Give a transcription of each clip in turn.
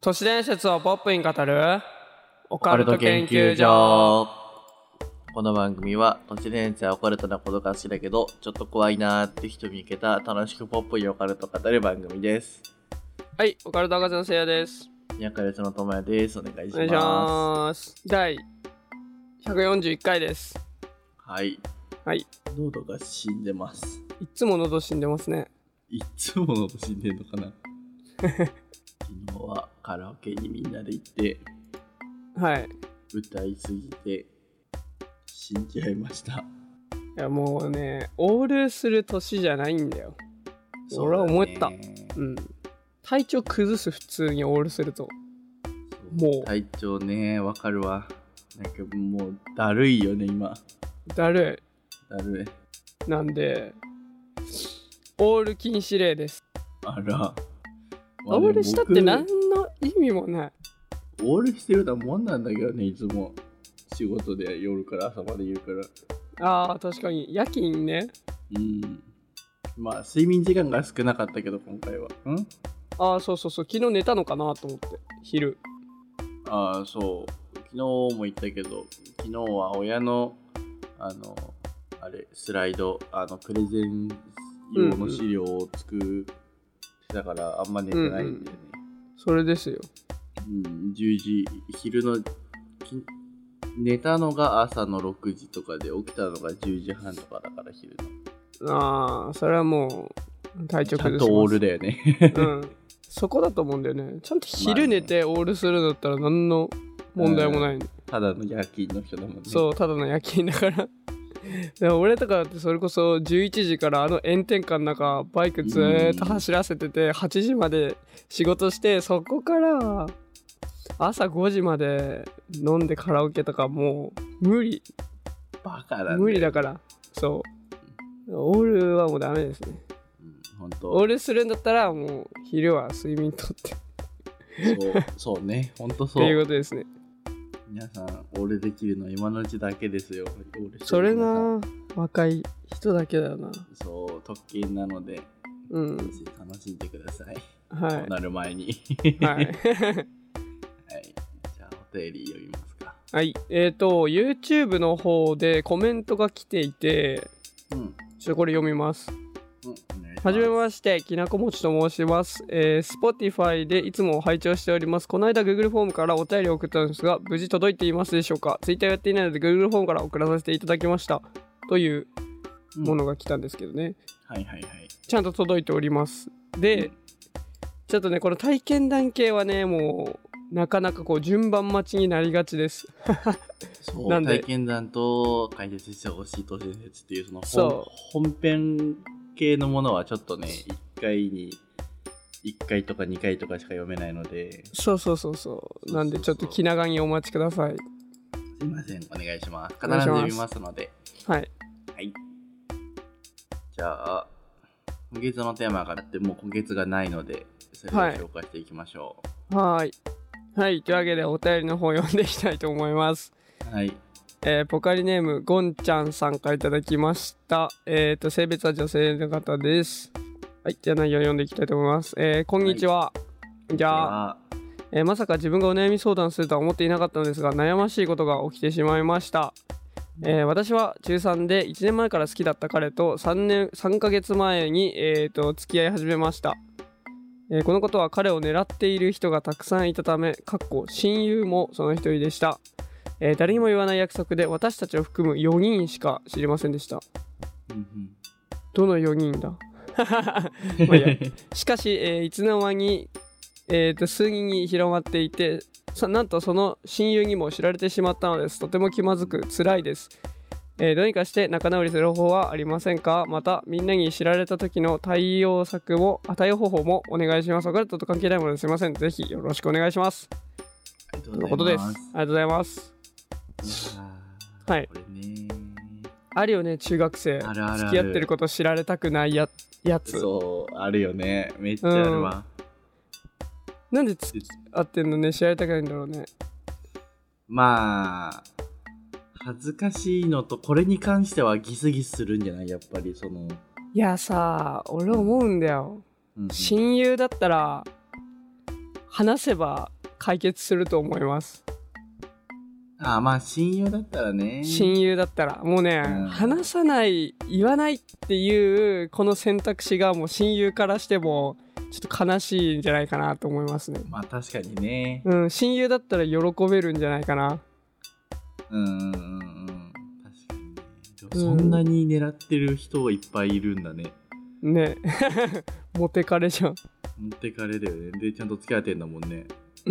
都市伝説をポップに語るオカルトオカルト研究研究所。 所。この番組は都市伝説やオカルトなことが好きだけどちょっと怖いなーって人に向けた楽しくポップにオカルトを語る番組です。 はい、オカルト博士のせいやです。 宮川悦の智也です。お願いしお願いしまます。第141回です。 す。はい。 はい。 喉が死んでます。 いつも喉死んでますね。 いつも喉死んでんのかな昨日はカラオケにみんなで行ってはい。 歌いすぎて死んじゃいました。 いやもうね、オールする年じゃないんだよ。俺は思った。うん。体調崩す、普通にオールすると。もう体調ね、わかるわ。なんかもうだるいよね今。 だるだるい。 い。なんで、オール禁止令です。 あら。 オールしたって何の意味もない。 オールしてるようなもんなんだけどね、いつも。仕事で夜から朝まで言うから。 ああ、確かに。夜勤ね。 うん。まあ、睡眠時間が少なかったけど、今回は。 ああ、そうそうそう。昨日寝たのかなと思って。昼。 ああ、そう。昨日も言ったけど、昨日は親の、あれ、スライド、プレゼン用の資料を作ってたから、あんま寝てないんだよね。 それですよ。 10時、昼の、寝たのが朝の6時とかで起きたのが10時半とかだから昼の。 ああ、それはもう体調崩します。 ちゃんとオールだよね。 うん。そこだと思うんだよね。ちゃんと昼寝てオールするんだったら何の問題もない、ねただの夜勤の人だもんね。 そう、ただの夜勤だから。でも俺とかだってそれこそ11時から炎天下の中バイクずーっと走らせてて8時まで仕事して、そこから朝5時まで飲んでカラオケとかもう無理。 バカだね。 無理だから。そう。オールはもうダメですね。 本当。 オールするんだったらもう昼は睡眠とってそうね、本当そう。 っていうことですね。 皆さんオールできるのは今のうちだけですよ。 それな、若い人だけだよな。 そう、特権なので、楽しんでください。 はい。 そうなる前に。 はい。 はい。じゃあお便り読みますか。 はい。YouTube の方でコメントが来ていて、ちょっとこれ読みます。はじめまして、きなこもちと申します。Spotify でいつも拝聴しております。この間 Google フォームからお便りを送ったんですが、無事届いていますでしょうか。Twitter やっていないので Google フォームから送らさせていただきました。というものが来たんですけどね。 はいはいはい。 ちゃんと届いております。で、ちょっとね、この体験談系はね、もうなかなかこう順番待ちになりがちです。 そう、 なんで体験談と解説してほしい都市伝説っていうその本編系のものはちょっとね、1回とか2回とかしか読めないので。 そうなんでちょっと気長にお待ちください。 すいません、お願いします。必ず読みますので。 はいじゃあ今月のテーマがあって、もう今月がないのでそれを紹介していきましょう。 はい、というわけでお便りの方読んでいきたいと思います。 はい。 ポカリネームゴンちゃんさんからいただきました。性別は女性の方です。はい、じゃあ内容を読んでいきたいと思います。こんにちは。じゃあ、まさか自分がお悩み相談するとは思っていなかったのですが、悩ましいことが起きてしまいました。私は中3で1年前から好きだった彼と3ヶ月前に、付き合い始めました。このことは彼を狙っている人がたくさんいたため、親友もその一人でした。誰にも言わない約束で私たちを含む4人しか知りませんでした。どの4人だまあいやしかし、いつの間に、数人に広まっていて、なんとその親友にも知られてしまったのです。とても気まずく辛いです。どうにかして仲直りする方法はありませんか。またみんなに知られた時の対応方法もお願いします。オカルトと関係ないものですいません。ぜひよろしくお願いします。ということです。ありがとうございます。はい。これね、あるよね、中学生付き合ってること知られたくないやつ。 そうあるよね、めっちゃあるわ。 なんで付き合ってんのね、知られたくないんだろうね。 まあ恥ずかしいのと、これに関してはギスギスするんじゃない、やっぱりその。 いやさ、俺思うんだよ、親友だったら話せば解決すると思います。 まあ親友だったらね。 親友だったらもうね、話さない言わないっていうこの選択肢がもう親友からしてもちょっと悲しいんじゃないかなと思いますね。 まあ確かにね。 親友だったら喜べるんじゃないかな。 確かにね。でもそんなに狙ってる人いっぱいいるんだね。 ねモテカレじゃん。 モテカレだよね。でちゃんと付き合ってんだもんね。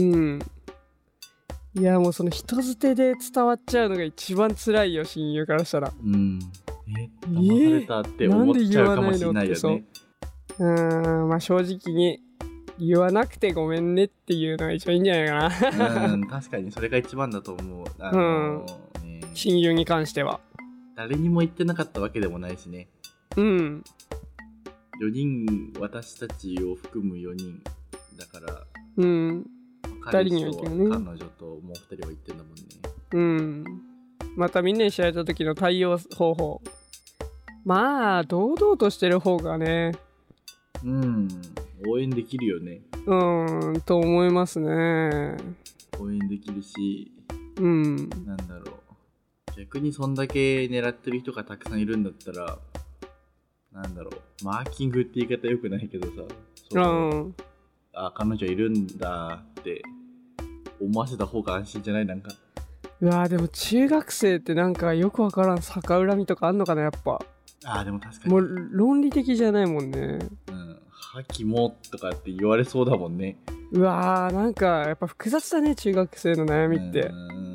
いやもうその人づてで伝わっちゃうのが一番辛いよ、親友からしたら。 騙されたって思っちゃうかもしれないよね。 まあ正直に言わなくてごめんねっていうのが一番いいんじゃないかな。確かにそれが一番だと思う。 親友に関しては誰にも言ってなかったわけでもないしね。4人、私たちを含む4人だから、彼氏と彼女ともう2人は言ってんだもんね。 またみんなに知られた時の対応方法、まあ堂々としてる方がね、 応援できるよね。 と思いますね。 応援できるし、なんだろう、逆にそんだけ狙ってる人がたくさんいるんだったら、なんだろう、マーキングって言い方よくないけどさ、彼女いるんだって思わせた方が安心じゃない？なんかうわでも中学生ってなんかよくわからん逆恨みとかあんのかな、やっぱ。 でも確かにもう論理的じゃないもんね。 はきもとかって言われそうだもんね。 うわなんかやっぱ複雑だね、中学生の悩みって。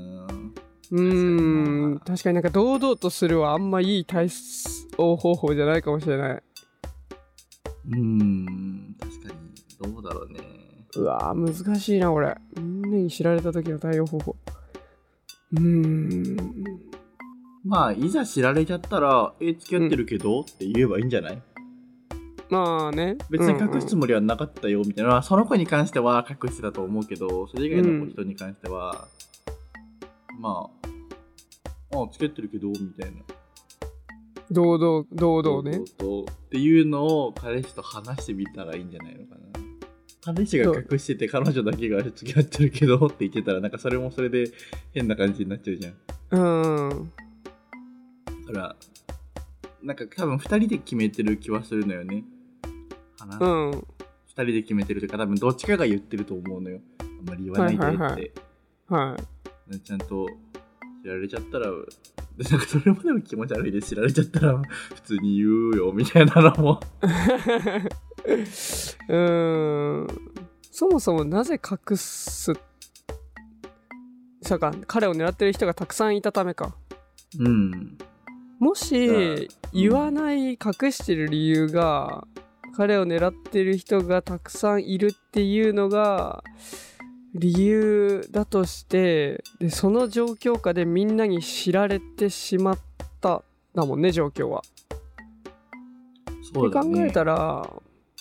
確かになんか堂々とするはあんまいい対応方法じゃないかもしれない。 確かにどうだろうね。 うわ難しいなこれ。みんなに知られた時の対応方法。 まあいざ知られちゃったら付き合ってるけど、って言えばいいんじゃない？ まあね、 別に隠すつもりはなかったよみたいな、その子に関しては隠してたと思うけど、それ以外の人に関しては、付き合ってるけどみたいな、 堂々ねっていうのを彼氏と話してみたらいいんじゃないのかな。彼氏が隠してて彼女だけが付き合ってるけどって言ってたら、なんかそれもそれで変な感じになっちゃうじゃん。だからなんか多分2人で決めてる気はするのよね。2人で決めてるというか、多分どっちかが言ってると思うのよ。あんまり言わないでって。ちゃんと知られちゃったら、なんかそれもでも気持ち悪いで、知られちゃったら普通に言うよみたいなのもそもそもなぜ隠す、そうか、彼を狙ってる人がたくさんいたためか。もし言わない、隠してる理由が彼を狙ってる人がたくさんいるっていうのが理由だとして、でその状況下でみんなに知られてしまっただもんね、状況は。 そうだね。 って考えたら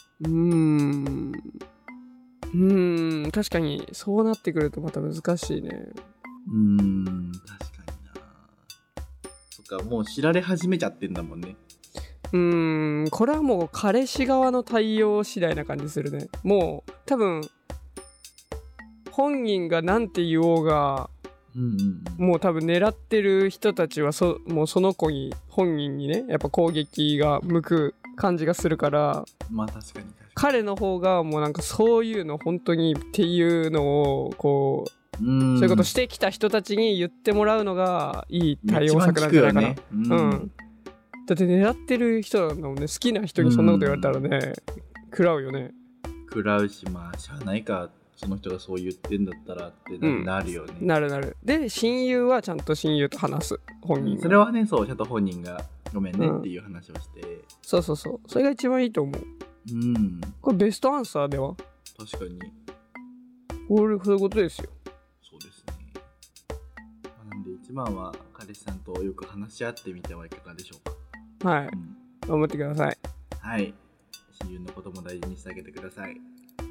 確かにそうなってくるとまた難しいね。 確かにな。そっか、もう知られ始めちゃってんだもんね。 これはもう彼氏側の対応次第な感じするね。もう多分本人がなんて言おうが、もう多分狙ってる人たちはもうその子に、本人にね、やっぱ攻撃が向く感じがするから、 確かに彼の方がもうなんかそういうの本当にっていうのをこう、そういうことしてきた人たちに言ってもらうのがいい対応策なんじゃないかな。だって狙ってる人なんだもんね。好きな人にそんなこと言われたらね、食らうよね。 食らうし、しゃあないか、その人がそう言ってんだったらってなるよね。 なる。で、親友はちゃんと親友と話す、本人が。 それはね、ちゃんと本人がごめんねっていう話をして。 そう。それが一番いいと思う。これベストアンサーでは？ 確かに。 そういうことですよ。 そうですね。なんで一番は彼氏さんとよく話し合ってみてはいかがでしょうか。 はい、頑張ってください。 はい、親友のことも大事にしてあげてください。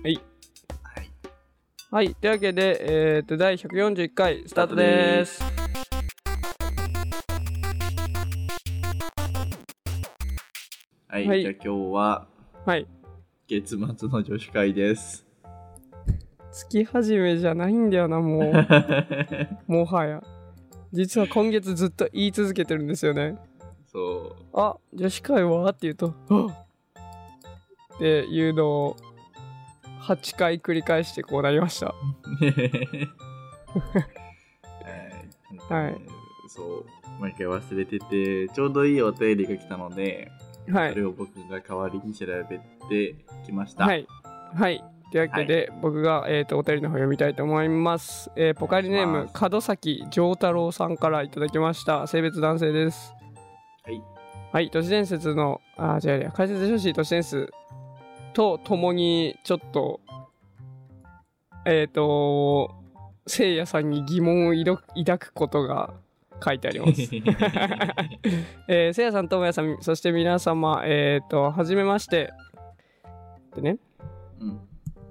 はい、というわけで、第141回スタートです。 はい、じゃあ今日は月末の女子会です。 月始めじゃないんだよな、もう。もはや。実は今月ずっと言い続けてるんですよね。 そう。 あ、女子会はって言うと、あっっていうのを8回繰り返してこうなりました。はい。 そう。毎回忘れてて、ちょうどいいお便りが来たので、 はい。 それを僕が代わりに調べてきました。 はい。はい。というわけで、僕が、お便りの方読みたいと思います。ポカリネーム門崎丈太郎さんからいただきました。性別男性です。 はい。 はい。都市伝説の解説書士都市伝説とともにちょっとせいやさんに疑問を抱くことが書いてあります。せいやさん、ともやさん、そして皆様、はじめまして。でね。 うん。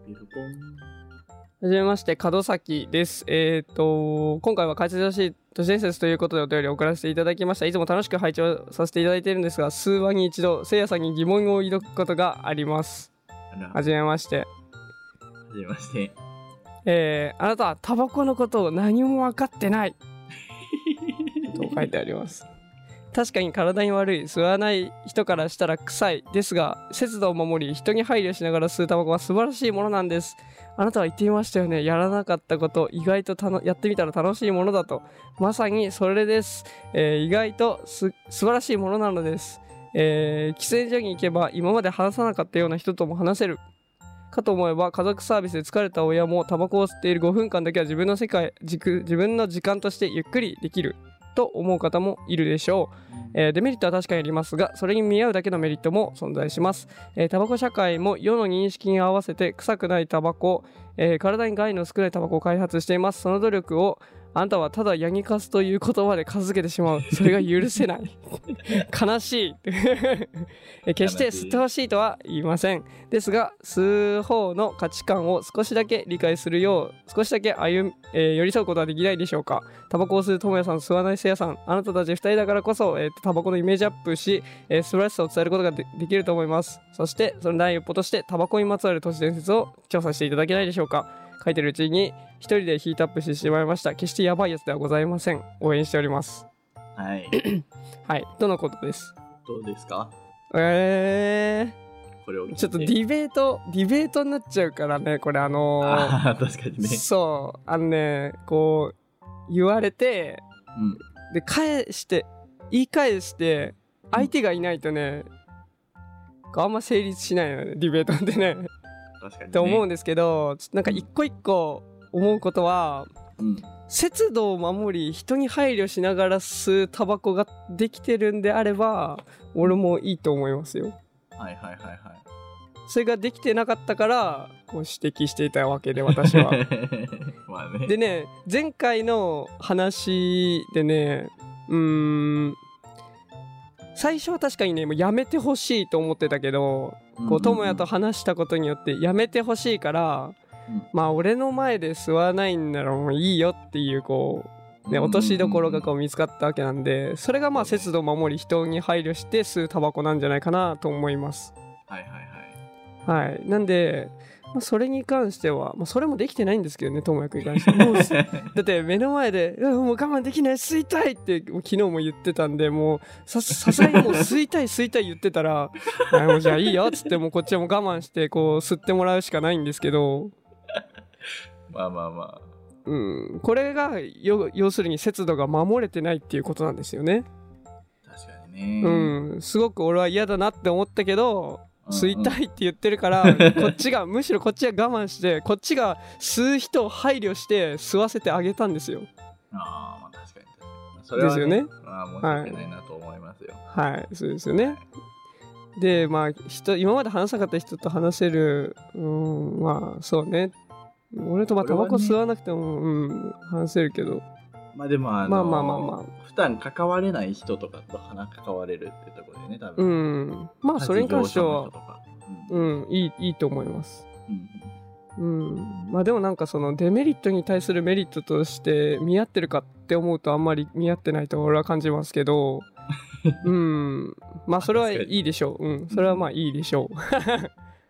はじめまして、門崎です。今回は解説書士都市伝説ということでお便りを送らせていただきました。いつも楽しく拝聴させていただいているんですが、数話に一度、せいやさんに疑問を抱くことがあります。はじめまして。 はじめまして。 あなたはタバコのことを何も分かってないと書いてあります。確かに体に悪い、吸わない人からしたら臭いですが、節度を守り人に配慮しながら吸うタバコは素晴らしいものなんです。あなたは言っていましたよね。やらなかったこと意外とやってみたら楽しいものだと。まさにそれです。意外と素晴らしいものなのです。喫煙所に行けば今まで話さなかったような人とも話せるかと思えば、家族サービスで疲れた親もタバコを吸っている5分間だけは自分の時間としてゆっくりできると思う方もいるでしょう。デメリットは確かにありますが、それに見合うだけのメリットも存在します。タバコ社会も世の認識に合わせて臭くないタバコ、体に害の少ないタバコを開発しています。その努力をあんたはただヤニカスという言葉で片付けてしまう。それが許せない。悲しい。決して吸ってほしいとは言いません。ですが、吸う方の価値観を少しだけ理解するよう、少しだけ寄り添うことはできないでしょうか。タバコを吸うともやさん、吸わないせいやさん、あなたたち2人だからこそ、タバコのイメージアップし、素晴らしさを伝えることが できると思います。そして、その第一歩として、タバコにまつわる都市伝説を調査していただけないでしょうか。書いてるうちに一人でヒートアップしてしまいました。決してやばいやつではございません。応援しております。 はい。 はい、とのことです。 どうですか？ これをちょっとディベートになっちゃうからね、これ確かにね。 そう、こう言われて、で言い返して相手がいないとね、あんま成立しないのね、ディベートってね。 確かにね。 って思うんですけど、なんか一個一個思うことは、節度を守り人に配慮しながら吸うタバコができてるんであれば俺もいいと思いますよ。 はいはいはいはい。 それができてなかったからこう指摘していたわけで私は。 まあね。 でね、前回の話でね、最初は確かにねもうやめてほしいと思ってたけど、こう智也と話したことによってやめてほしいから、まあ俺の前で吸わないんならもういいよっていうこうね落としどころがこう見つかったわけなんで、それがまあ節度を守り人に配慮して吸うタバコなんじゃないかなと思います。 はいはいはい。 はい、なんで、それに関しては、それもできてないんですけどね、智也くんに関しては。もうだって目の前でもう我慢できない吸いたいって昨日も言ってたんで、もうさすがにもう吸いたい言ってたらもうじゃあいいよっつってもうこっちはもう我慢してこう吸ってもらうしかないんですけどまあこれが要するに節度が守れてないっていうことなんですよね。 確かにね。 すごく俺は嫌だなって思ったけど吸いたいって言ってるからむしろこっちは我慢してこっちが吸う人を配慮して吸わせてあげたんですよ。 まあ確かにそれは、ね、 ですよね。 申し訳ないなと思いますよ。 はい、そうですよね。で今まで話さなかった人と話せるまあそうね、俺とタバコ吸わなくても、話せるけど、 でもまあ普段関われない人とかと関われるってところでね、多分まあそれに関してはいいと思います。まあでもなんかそのデメリットに対するメリットとして見合ってるかって思うとあんまり見合ってないと俺は感じますけどまあそれはいいでしょう。それはまあいいでしょう。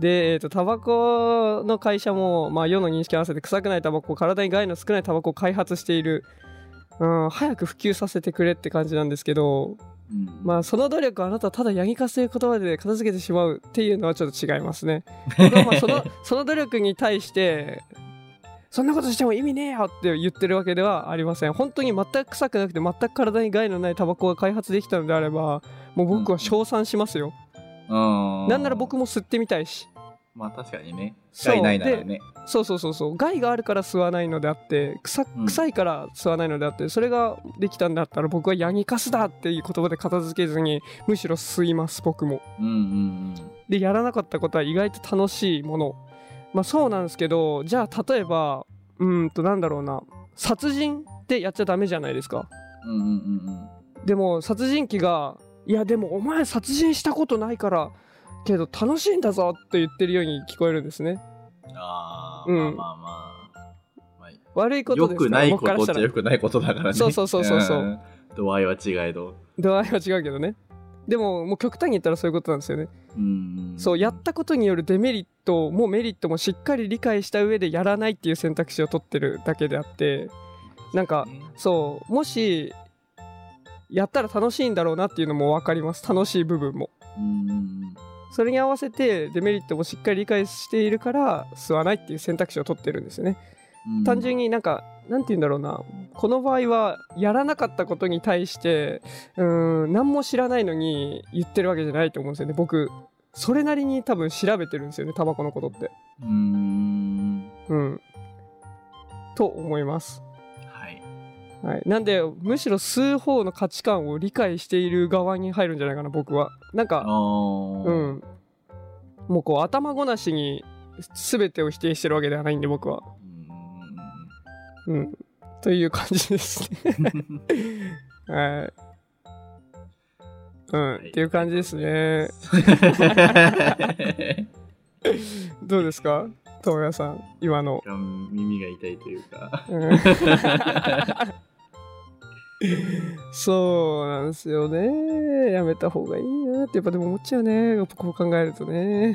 で、タバコの会社も、まあ、世の認識合わせて臭くないタバコ、体に害の少ないタバコを開発している、早く普及させてくれって感じなんですけど、まあその努力をあなたはただヤギカスという言葉で片付けてしまうっていうのはちょっと違いますね。僕はまあその努力に対してそんなことしても意味ねえよって言ってるわけではありません。本当に全く臭くなくて全く体に害のないタバコが開発できたのであれば、もう僕は称賛しますよ。なんなら僕も吸ってみたいし。 まあ確かにね、害ないならね。 そう害があるから吸わないのであって、臭いから吸わないのであって、それができたんだったら僕はヤギカスだっていう言葉で片付けずにむしろ吸います、僕も。でやらなかったことは意外と楽しいもの。まあそうなんですけど、じゃあ例えばなんだろうな、殺人ってやっちゃダメじゃないですか。でも殺人鬼がいやでもお前殺人したことないからけど楽しいんだぞって言ってるように聞こえるんですね。悪いことですから、 良くないことっちゃ良くないことだからね。 そう度合いは違えど。 度合いは違うけどね。でももう極端に言ったらそういうことなんですよね。そうやったことによるデメリットもメリットもしっかり理解した上でやらないっていう選択肢を取ってるだけであって、なんかそうもしやったら楽しいんだろうなっていうのも分かります。楽しい部分も。それに合わせてデメリットもしっかり理解しているから吸わないっていう選択肢を取ってるんですよね。単純になんて言うんだろうな、この場合はやらなかったことに対して何も知らないのに言ってるわけじゃないと思うんですよね。僕それなりに多分調べてるんですよね、タバコのことって。と思います。はい、なんでむしろ吸う方の価値観を理解している側に入るんじゃないかな、僕は。もうこう頭ごなしに全てを否定してるわけではないんで、僕は。という感じですね。はい。っていう感じですね。どうですか、ともやさん、今の。 耳が痛いというか。 そうなんですよね。やめた方がいいなってやっぱでも思っちゃうね。こう考えるとね。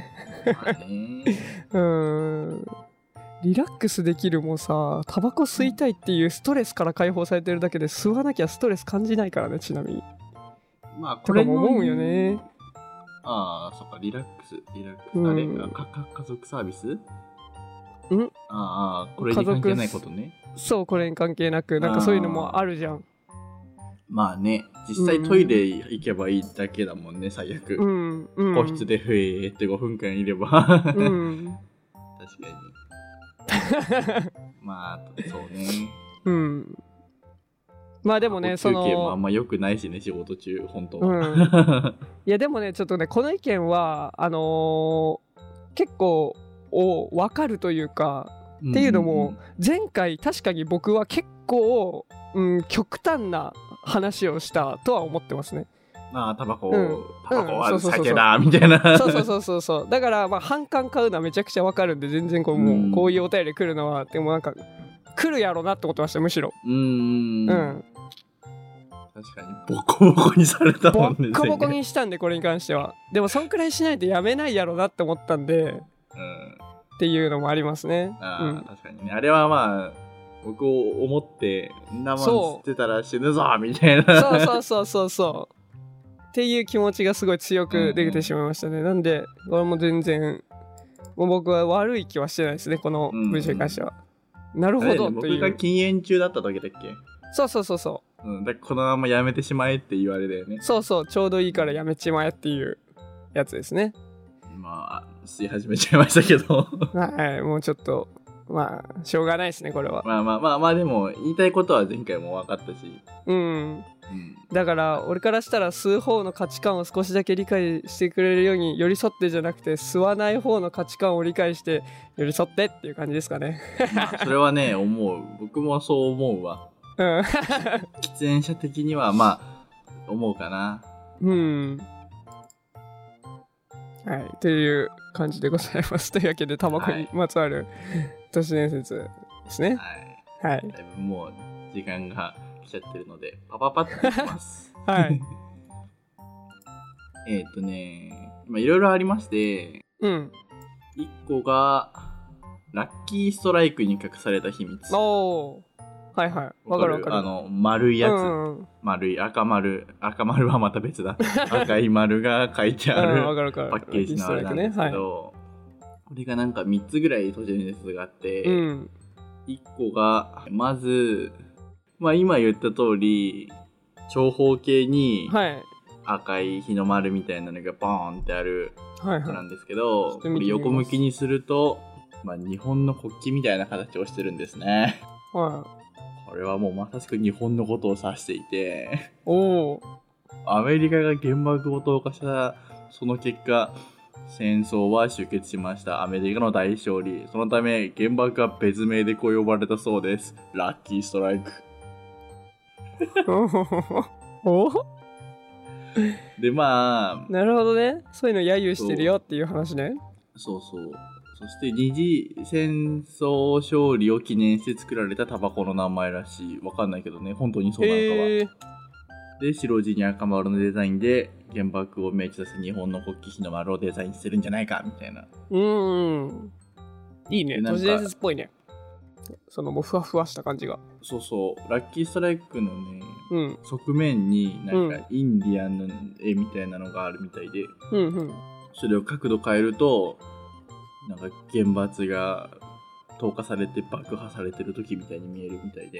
リラックスできるもさ、タバコ吸いたいっていうストレスから解放されてるだけで吸わなきゃストレス感じないからね、ちなみに。 まあこれも思うよね。 そっか、リラックスあれ、家族サービス？これに関係ないことね。 そう、これに関係なくそういうのもあるじゃん。 まあね、実際トイレ行けばいいだけだもんね、最悪。個室でって5分間いれば。確かに。まあ、そうね。 まあでもね、 休憩もあんま良くないしね、仕事中、本当は。 いやでもね、ちょっとね、この意見は結構分かるというか、っていうのも前回確かに僕は結構、極端な話をしたとは思ってますね。 タバコは酒だみたいな。 そうだからまあ反感買うのはめちゃくちゃわかるんで、全然こういうお便り来るのはでも来るやろなって思ってました、むしろ。 確かにボコボコにされたもんね。 ボコボコにしたんで、これに関しては。でもそんくらいしないとやめないやろなって思ったんで、っていうのもありますね。 確かにね。あれはまあ僕を思って生吸ってたら死ぬぞみたいな。 そうっていう気持ちがすごい強くできてしまいましたね。なんでこれも全然もう僕は悪い気はしてないですね、この文章に関しては。なるほどという。 僕が禁煙中だった時だっけ。 そうだからこのままやめてしまえって言われたよね。 ちょうどいいからやめちまえっていうやつですね。 まあ吸い始めちゃいましたけど。 はい、もうちょっとまあしょうがないですね、これは。 まあでも言いたいことは前回も分かったし。 だから俺からしたら吸う方の価値観を少しだけ理解してくれるように寄り添ってじゃなくて、吸わない方の価値観を理解して寄り添ってっていう感じですかね。 それはね、思う。僕もそう思うわ。喫煙者的にはまあ思うかな。 はい、という感じでございます。というわけでタバコにまつわる都市伝説ですね。 はい。だいぶもう時間が来ちゃってるのでパパパッといきます。 はい。 今いろいろありまして、 1個がラッキーストライクに隠された秘密。 おー、はいはい、わかるわかる。 丸いやつ、丸い赤丸はまた別だ。赤い丸が書いてあるパッケージのあれなんですけど、これがなんか3つぐらい都市伝説があって、1個がまず、まあ今言った通り長方形に赤い日の丸みたいなのがボーンってあるなんですけど、これ横向きにすると、まあ、日本の国旗みたいな形をしてるんですね。これはもうまさしく日本のことを指していて、アメリカが原爆を投下したその結果、戦争は終結しました。アメリカの大勝利。そのため原爆は別名でこう呼ばれたそうです。ラッキーストライク。でまあ、 なるほどね。そういうの揶揄してるよっていう話ね。 そう。そして二次戦争勝利を記念して作られたタバコの名前らしい。わかんないけどね、本当にそうなのかは。で、白地に赤丸のデザインで原爆を明記させ日本の国旗日の丸をデザインしてるんじゃないかみたいな。 いいね。都市伝説っぽいね。そのもうふわふわした感じが。 そう。ラッキーストライクのね、側面になんかインディアンの絵みたいなのがあるみたいで、それを角度変えるとなんか原発が投下されて爆破されてる時みたいに見えるみたいで、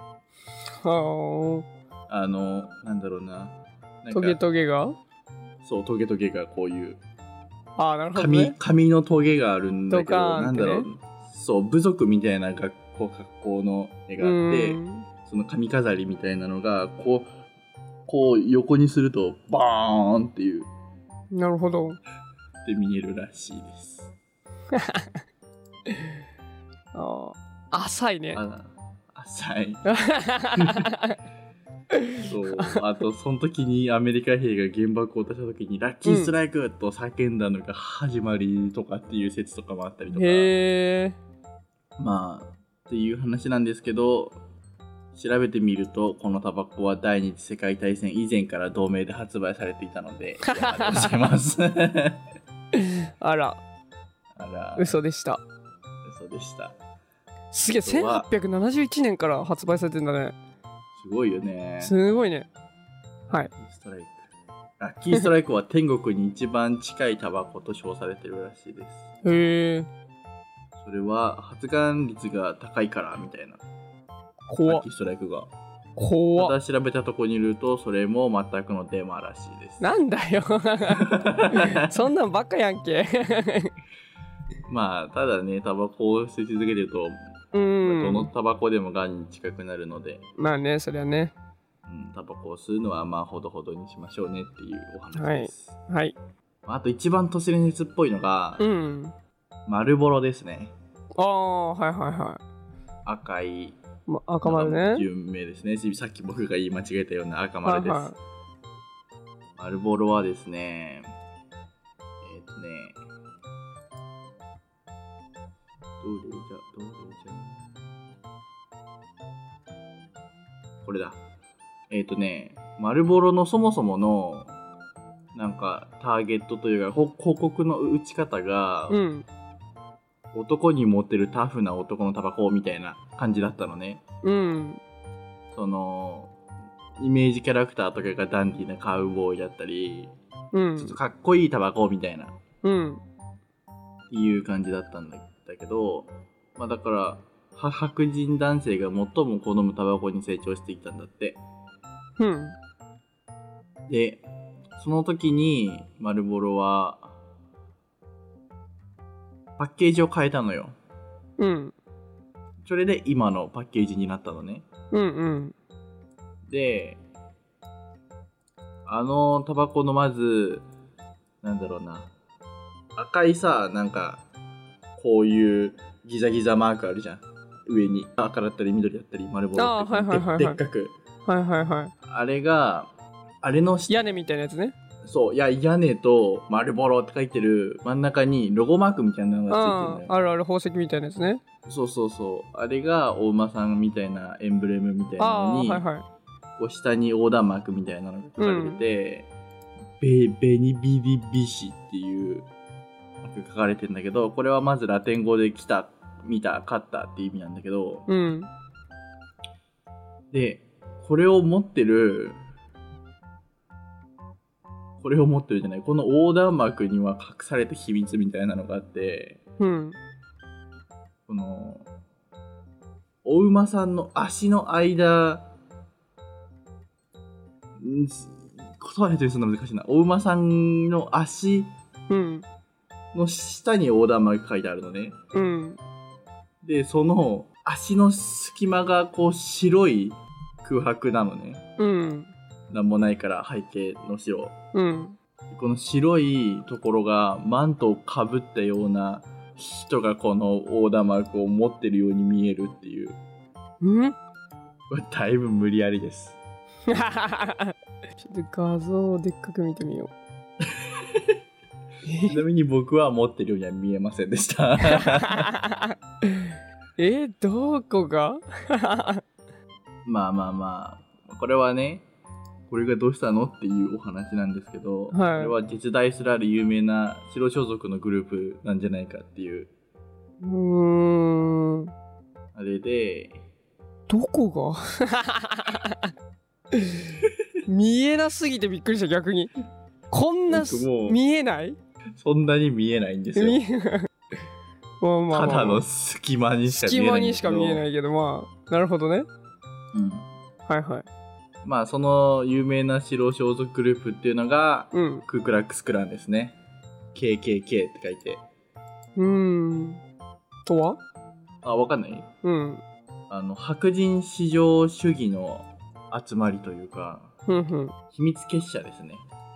なんだろうな、 トゲトゲが、 そう、トゲトゲがこういう、 なるほどね、 紙のトゲがあるんだけど、 ね、 なんだろう、そう、部族みたいな格好の絵があって、その髪飾りみたいなのがこう横にするとバーンっていう、 なるほどで見えるらしいです。 浅いね。 浅い。そう、あとその時にアメリカ兵が原爆を落とした時にラッキーストライクと叫んだのが始まりとかっていう説とかもあったりとか、まあっていう話なんですけど、調べてみるとこのタバコは第二次世界大戦以前から同名で発売されていたのでありがとうございます。 あら嘘でした。すげえ、1871年から発売されてんだね。 すごいよね。 すごいね。はい。 ラッキーストライクは天国に一番近いタバコと称されてるらしいです。 へえ。 それは発がん率が高いからみたいな。 怖っ。 ラッキーストライクが。 怖っ。 ただ調べたとこにいるとそれも全くのデマらしいです。 なんだよ。そんなんばっかやんけ。 まあただね、タバコを吸い続けてると、どのタバコでもがんに近くなるので、 まあね、そりゃね、 タバコを吸うのはまあほどほどにしましょうねっていうお話です。 はい。 あと一番都市伝説っぽいのが、丸ボロですね。赤い、 赤丸ね。 有名ですね。さっき僕が言い間違えたような赤丸です。丸ボロはですね、どれじゃこれだ。丸ボロのそもそものなんかターゲットというか広告の打ち方が、男に持ってるタフな男のタバコみたいな感じだったのね。そのイメージキャラクターとかがダンディーなカウボーイだったり、ちょっとかっこいいタバコみたいな、っていう感じだったんだけど、まあだから白人男性が最も好むタバコに成長していったんだって。で、その時に丸ボロはパッケージを変えたのよ。それで今のパッケージになったのね。で、タバコのまずなんだろうな、赤いさ、なんかこういうギザギザマークあるじゃん、上に。赤だったり緑だったり丸ボロってでっかく、あれがあれの屋根みたいなやつね。 そう、屋根と丸ボロって書いてる真ん中にロゴマークみたいなのがついてるんだよ。 ある宝石みたいなやつね。 そうあれがお馬さんみたいなエンブレムみたいなのに、こう下に横断マークみたいなのが書かれてて、ベニビリビシっていう書かれてるんだけど、これはまずラテン語で来た、見た、勝ったって意味なんだけど、 うん。 で、これを持ってるじゃない、この横断幕には隠された秘密みたいなのがあって、 うん。 この、お馬さんの足の間、言葉でするの難しいな。お馬さんの足の下に横断幕が書いてあるのね。 うん。 で、その足の隙間がこう白い空白なのね。 うん。 なんもないから背景の白。 うん。 この白いところがマントをかぶったような人がこの横断幕を持ってるように見えるっていう。 うんこれだいぶ無理やりです。 ちょっと画像をでっかく見てみよう。ちなみに僕は持ってるようには見えませんでした。 どこがまあこれはね、これがどうしたのっていうお話なんですけど、 はい、 これは実在すらある有名な白装束のグループなんじゃないかっていう。あれで、 どこが見えなすぎてびっくりした。逆にこんな見えない？ そんなに見えないんですよ。ただの隙間にしか見えない。 隙間にしか見えないけど、まあなるほどね。 うん。 はいはい。 まあその有名な白装束グループっていうのが、クークラックスクランですね。KKK って書いて。 とは？ わかんない？ うん。 白人至上主義の集まりというか、秘密結社ですね。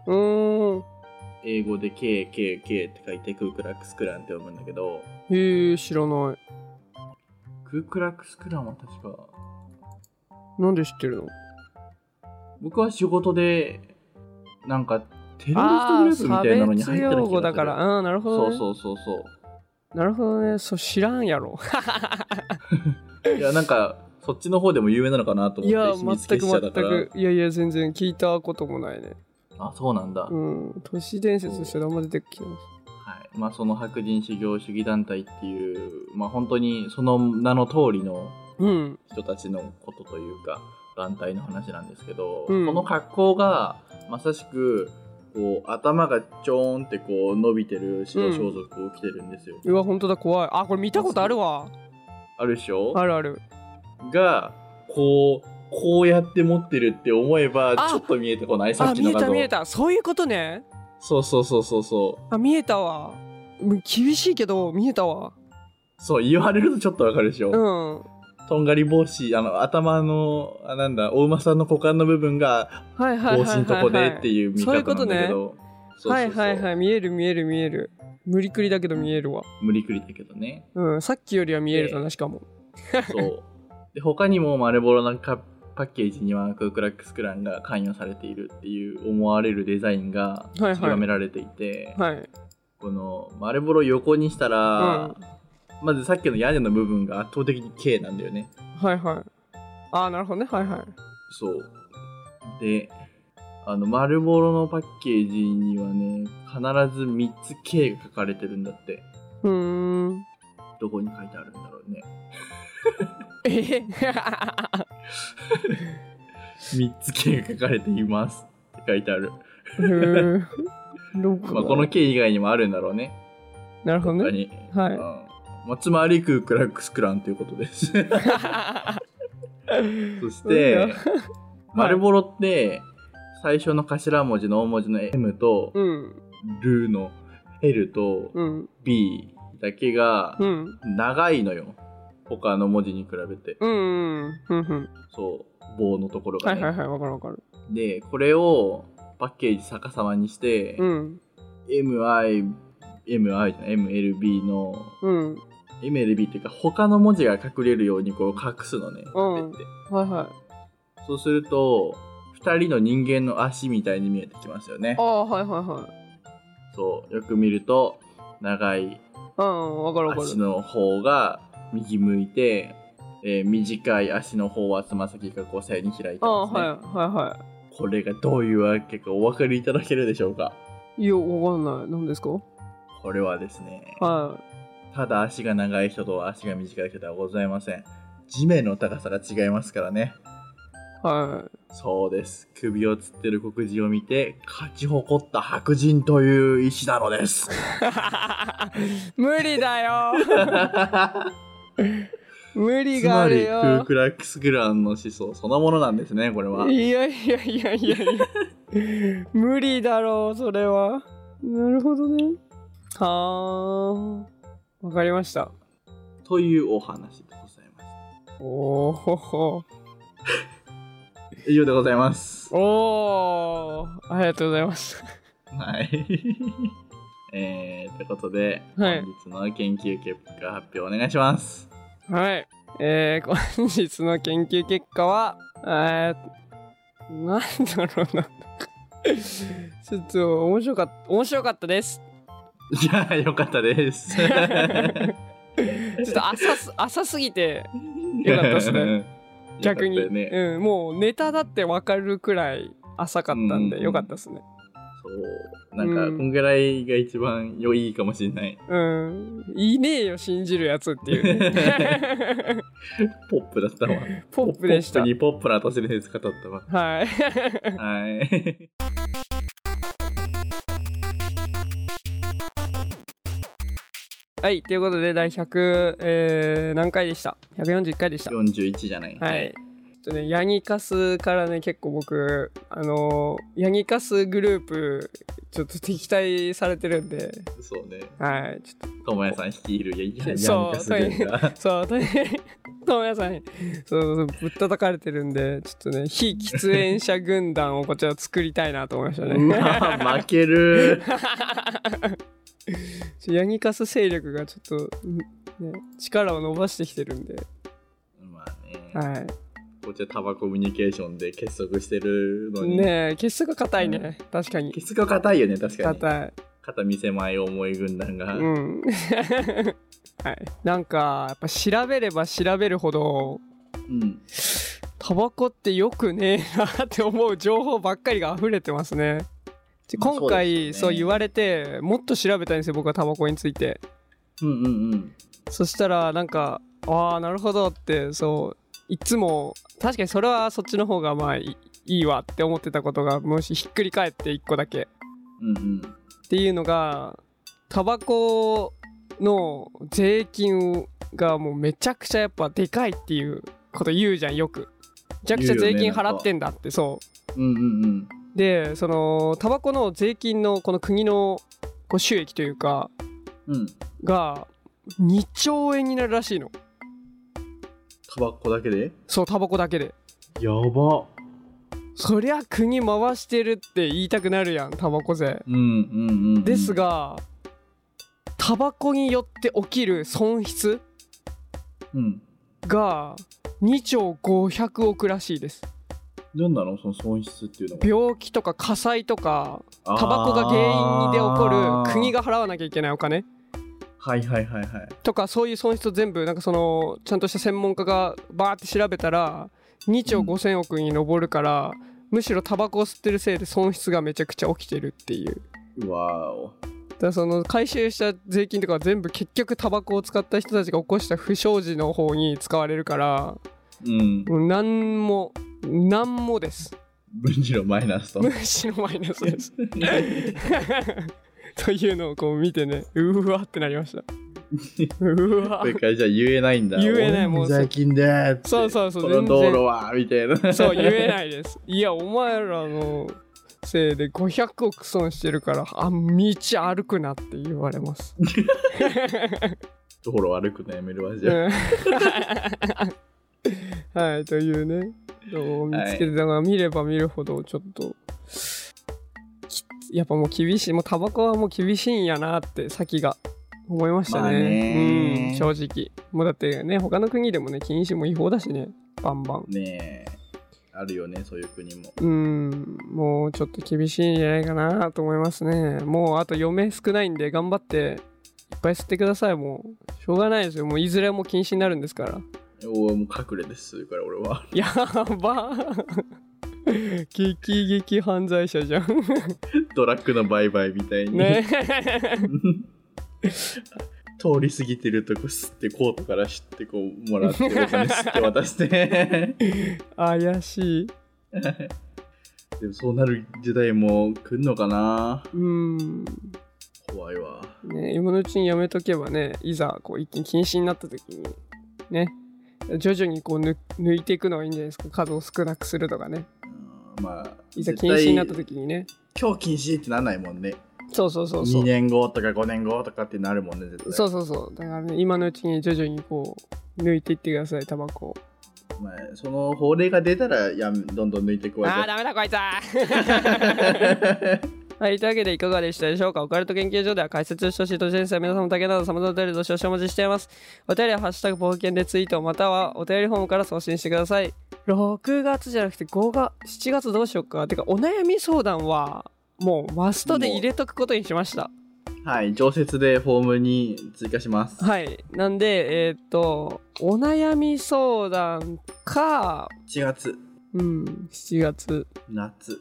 英語で KKK って書いてクークラックスクランって読むんだけど。 知らない。 クークラックスクランは確か。 なんで知ってるの？ 僕は仕事でなんかテロリストグループみたいなのに入ってた気がする。差別用語だから、なるほどね。そうなるほどね。知らんやろ。 いや、なんかそっちの方でも有名なのかなと思って。いや、 全くいや全然聞いたこともないね。 あ、そうなんだ。 都市伝説としてあんま出てきてます。 はい。その白人至上主義団体っていう、本当にその名の通りの人たちのことというか、団体の話なんですけど、この格好がまさしくこう頭がちょーんってこう伸びてる白装束を着てるんですよ。 うわ、本当だ、怖い。これ見たことあるわ。 あるでしょ？ あるある。 がこうやって持ってるって思えばちょっと見えてこない？さっきの画像。 見えた。そういうことね。 そう見えたわ。厳しいけど見えたわ。 そう言われるとちょっとわかるでしょ。とんがり帽子、頭のお馬さんの股間の部分が帽子のとこでっていう見方なんだけど。 はい見える。無理くりだけど見えるわ。 無理くりだけどね。 さっきよりは見えるだな、しかも。 そうで、他にもマルボロのパッケージにはクークラックスクランが関与されているっていう思われるデザインが極められていて、このマルボロ横にしたら、まずさっきの屋根の部分が圧倒的に K なんだよね。なるほどね。 そうで、マルボロのパッケージにはね、必ず3つ K が書かれてるんだって。どこに書いてあるんだろうね。3つ K が書かれていますって書いてある。この K 以外にもあるんだろうね。 なるほどね。 つまりクークラックスクランということです。そしてマルボロって最初の頭文字の大文字の M と、ルの L と、B だけが長いのよ。他の文字に比べて。そう、棒のところがね。 わかる。 で、これをパッケージ逆さまにして、MLB の、MLB っていうか他の文字が隠れるようにこう隠すのね。そうすると2人の人間の足みたいに見えてきますよね。そうよく見ると長い足の方が右向いて、短い足の方はつま先がこう背に開いてますね。これがどういうわけかお分かりいただけるでしょうか？ いや、わかんない。何ですか？ これはですね、 はただ足が長い人と足が短い人ではございません。地面の高さが違いますからね。 い。はそうです。首をつってる黒人を見て勝ち誇った白人という意志なのです。 い。無理だよ。無理つまりがあるよ。 クークラックスクランの思想そのものなんですね、これは。 いやいやいやいやいや。無理だろう、それは。なるほどね。はー。わかりました。 というお話でございます。 おーほほ。 以上でございます。 おー。ありがとうございます。 はい。ということで、 はい本日の研究結果発表お願いします。 はい。本日の研究結果は、なんだろうな。ちょっと面白かったです。 いや、よかったです。 ちょっと浅すぎてよかったですね。逆に、 ね、 うん、もうネタだって分かるくらい浅かったんでよかったですね。 そうなんかこんぐらいが一番いいかもしれない。 いねえよ信じるやつっていうね。 ポップだったわ。 ポップでした。 ポップにポップな都市伝説語ったわ。 はい。 はい。 はい、ということで第100、何回でした？ 141 回でした。 41じゃない。 はい。ヤギカスからね、結構僕ヤギカスグループちょっと敵対されてるんで。 そうね。 はい。ちょっとともやさん率いるヤギカスグループが。 そうともやさんそうぶったたかれてるんで、ちょっとね非喫煙者軍団をこちら作りたいなと思いましたね。 うわ負ける。 ヤギカス勢力がちょっと、ね、力を伸ばしてきてるんで。 まあね。 はい。 こっちはタバコミュニケーションで結束してるのにねえ、結束硬いね、確かに結束硬いよね、確かに硬い肩見せ前重い軍団がはい、なんかやっぱ調べれば調べるほどタバコってよくねえなって思う情報ばっかりが溢れてますね。今回そう言われてもっと調べたいんですよ、僕はタバコについて。そしたらなんかなるほどっていつも確かにそれはそっちの方がまあいいわって思ってたことがもしひっくり返って1個だけ、っていうのがタバコの税金がもうめちゃくちゃやっぱでかいっていうこと言うじゃんよく。めちゃくちゃ税金払ってんだって。でそのタバコの税金のこの国の収益というか、が2兆円になるらしいの。 タバコだけで？ そう、タバコだけで。 やば。 そりゃ国回してるって言いたくなるやん、タバコ税。ですがタバコによって起きる損失、が2兆500億らしいです。 何なのその損失っていうのは？ 病気とか火災とかタバコが原因で起こる国が払わなきゃいけないお金とか、そういう損失を全部なんかそのちゃんとした専門家がバーって調べたら2兆5000億に上るから、むしろタバコを吸ってるせいで損失がめちゃくちゃ起きてるっていう。 うわー。 だからその回収した税金とかは全部結局タバコを使った人たちが起こした不祥事の方に使われるから、もうなんもです。 むしろマイナスと。 むしろマイナスです。というのをこう見てね、うわってなりました。うわ。 これからじゃあ言えないんだ。 言えない、もう。 税金でーって。 そうこの道路はみたいな。 そう言えないです。いやお前らのせいで500億損してるから道歩くなって言われます。 道路歩くのやめるわじゃあ。はい、というね、見つけてたのが見れば見るほどちょっとやっぱもう厳しい、もうタバコはもう厳しいんやなって先が思いましたね。正直もうだってね、他の国でもね禁止も違法だしね、バンバンねあるよね、そういう国も。 もうちょっと厳しいんじゃないかなと思いますね。もうあと余命少ないんで頑張っていっぱい吸ってください。もうしょうがないですよ、もういずれも禁止になるんですから。 もう隠れですから俺は。 やば激犯罪者じゃん。 ドラッグの売買みたいにね。 通り過ぎてるとこ吸ってコートから知ってこうもらってお金吸って渡して怪しい。 でもそうなる時代も来んのかな。怖いわね。今のうちにやめとけばね、いざこう一気に禁止になった時にね、徐々にこう抜いていくのがいいんじゃないですか。数を少なくするとかね。 まあいざ禁止になった時にね、 今日禁止ってならないもんね。 そう 2年後とか5年後とかってなるもんね、絶対。 そうだからね、今のうちに徐々にこう抜いていってください、タバコを。 まあ、その法令が出たらどんどん抜いていくわけ。 ダメだこいつははい、というわけでいかがでしたでしょうか。オカルト研究所では解説してほしい都市伝説や皆さんの竹など様々なお便りどしどしお待ちしています。お便りはハッシュタグ冒険でツイートまたはお便りフォームから送信してください。6月じゃなくて7月どうしようか。てかお悩み相談はもうマストで入れとくことにしました。 はい、常設でフォームに追加します。 はい、なんでお悩み相談か 7月 7月夏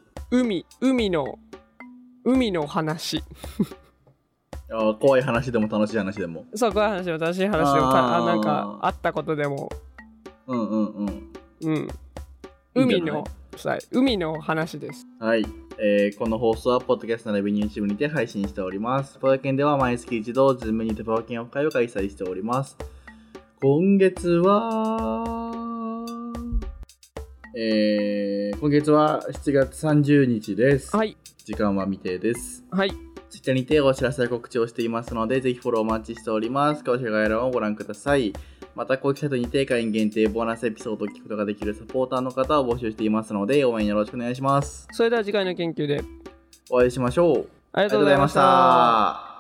海の話怖い話でも楽しい話でも。 そう、怖い話でも楽しい話でもなんかあったことでも海の話です。 はい、この放送はポッドキャストのライブ YouTube にて配信しております。ポッドキャンでは毎月一度 Zoom にてパワキンオフ会を開催しております。今月は7月30日です。 はい。 時間は未定です。 はい。 Twitter にてお知らせや告知をしていますので、ぜひフォローお待ちしております。詳しい概要欄をご覧ください。また、公式サイトにて会員限定ボーナスエピソードを聞くことができるサポーターの方を募集していますので、応援よろしくお願いします。 それでは次回の研究でお会いしましょう。 ありがとうございました。